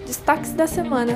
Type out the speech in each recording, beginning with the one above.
Destaques da semana.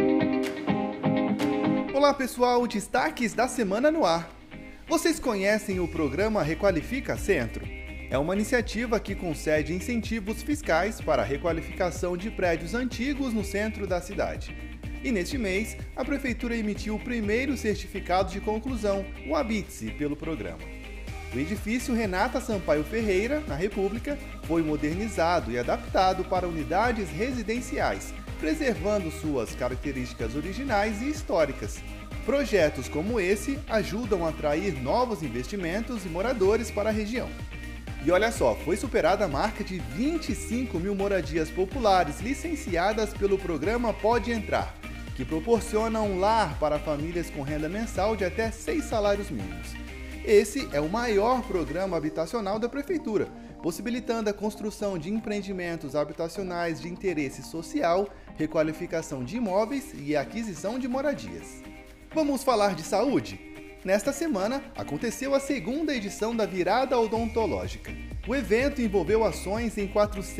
Olá pessoal, destaques da semana no ar. Vocês conhecem o programa Requalifica Centro? É uma iniciativa que concede incentivos fiscais para a requalificação de prédios antigos no centro da cidade. E neste mês, a Prefeitura emitiu o primeiro certificado de conclusão, o Habite-se, pelo programa. O edifício Renata Sampaio Ferreira, na República, foi modernizado e adaptado para unidades residenciais, preservando suas características originais e históricas. Projetos como esse ajudam a atrair novos investimentos e moradores para a região. E olha só, foi superada a marca de 25 mil moradias populares licenciadas pelo programa Pode Entrar, que proporciona um lar para famílias com renda mensal de até 6 salários mínimos. Esse é o maior programa habitacional da Prefeitura, possibilitando a construção de empreendimentos habitacionais de interesse social, requalificação de imóveis e aquisição de moradias. Vamos falar de saúde? Nesta semana, aconteceu a segunda edição da Virada Odontológica. O evento envolveu ações em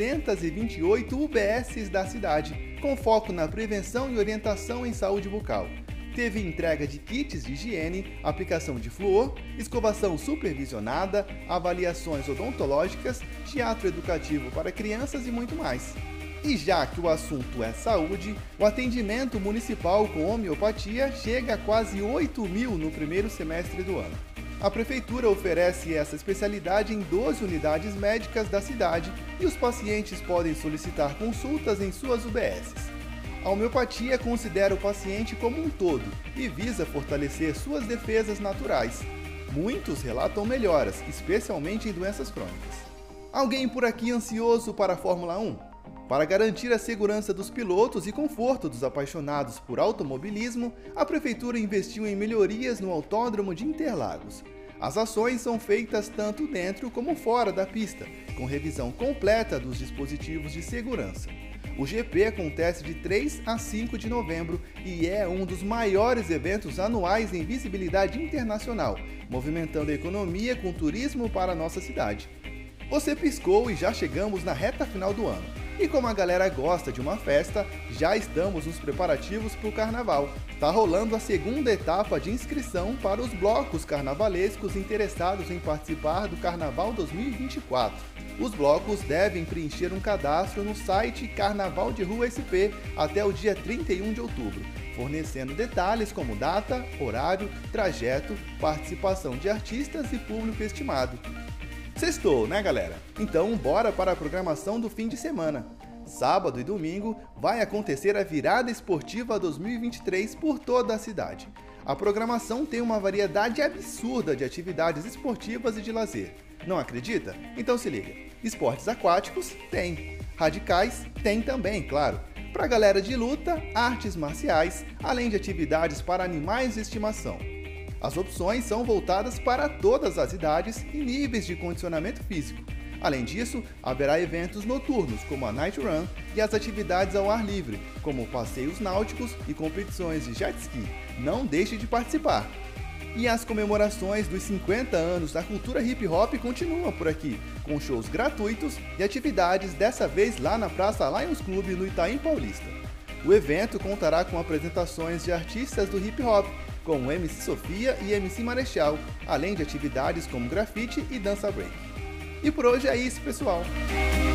428 UBSs da cidade, com foco na prevenção e orientação em saúde bucal. Teve entrega de kits de higiene, aplicação de flúor, escovação supervisionada, avaliações odontológicas, teatro educativo para crianças e muito mais. E já que o assunto é saúde, o atendimento municipal com homeopatia chega a quase 8 mil no primeiro semestre do ano. A Prefeitura oferece essa especialidade em 12 unidades médicas da cidade e os pacientes podem solicitar consultas em suas UBSs. A homeopatia considera o paciente como um todo e visa fortalecer suas defesas naturais. Muitos relatam melhoras, especialmente em doenças crônicas. Alguém por aqui ansioso para a Fórmula 1? Para garantir a segurança dos pilotos e conforto dos apaixonados por automobilismo, a Prefeitura investiu em melhorias no Autódromo de Interlagos. As ações são feitas tanto dentro como fora da pista, com revisão completa dos dispositivos de segurança. O GP acontece de 3 a 5 de novembro e é um dos maiores eventos anuais em visibilidade internacional, movimentando a economia com turismo para a nossa cidade. Você piscou e já chegamos na reta final do ano. E como a galera gosta de uma festa, já estamos nos preparativos para o carnaval. Tá rolando a segunda etapa de inscrição para os blocos carnavalescos interessados em participar do Carnaval 2024. Os blocos devem preencher um cadastro no site Carnaval de Rua SP até o dia 31 de outubro, fornecendo detalhes como data, horário, trajeto, participação de artistas e público estimado. Sextou, né, galera? Então, bora para a programação do fim de semana. Sábado e domingo vai acontecer a Virada Esportiva 2023 por toda a cidade. A programação tem uma variedade absurda de atividades esportivas e de lazer. Não acredita? Então se liga. Esportes aquáticos? Tem. Radicais? Tem também, claro. Para a galera de luta, artes marciais, além de atividades para animais de estimação. As opções são voltadas para todas as idades e níveis de condicionamento físico. Além disso, haverá eventos noturnos, como a Night Run, e as atividades ao ar livre, como passeios náuticos e competições de jet ski. Não deixe de participar! E as comemorações dos 50 anos da cultura hip hop continuam por aqui, com shows gratuitos e atividades dessa vez lá na Praça Lions Club no Itaim Paulista. O evento contará com apresentações de artistas do hip hop, como MC Sofia e MC Marechal, além de atividades como grafite e dança break. E por hoje é isso, pessoal!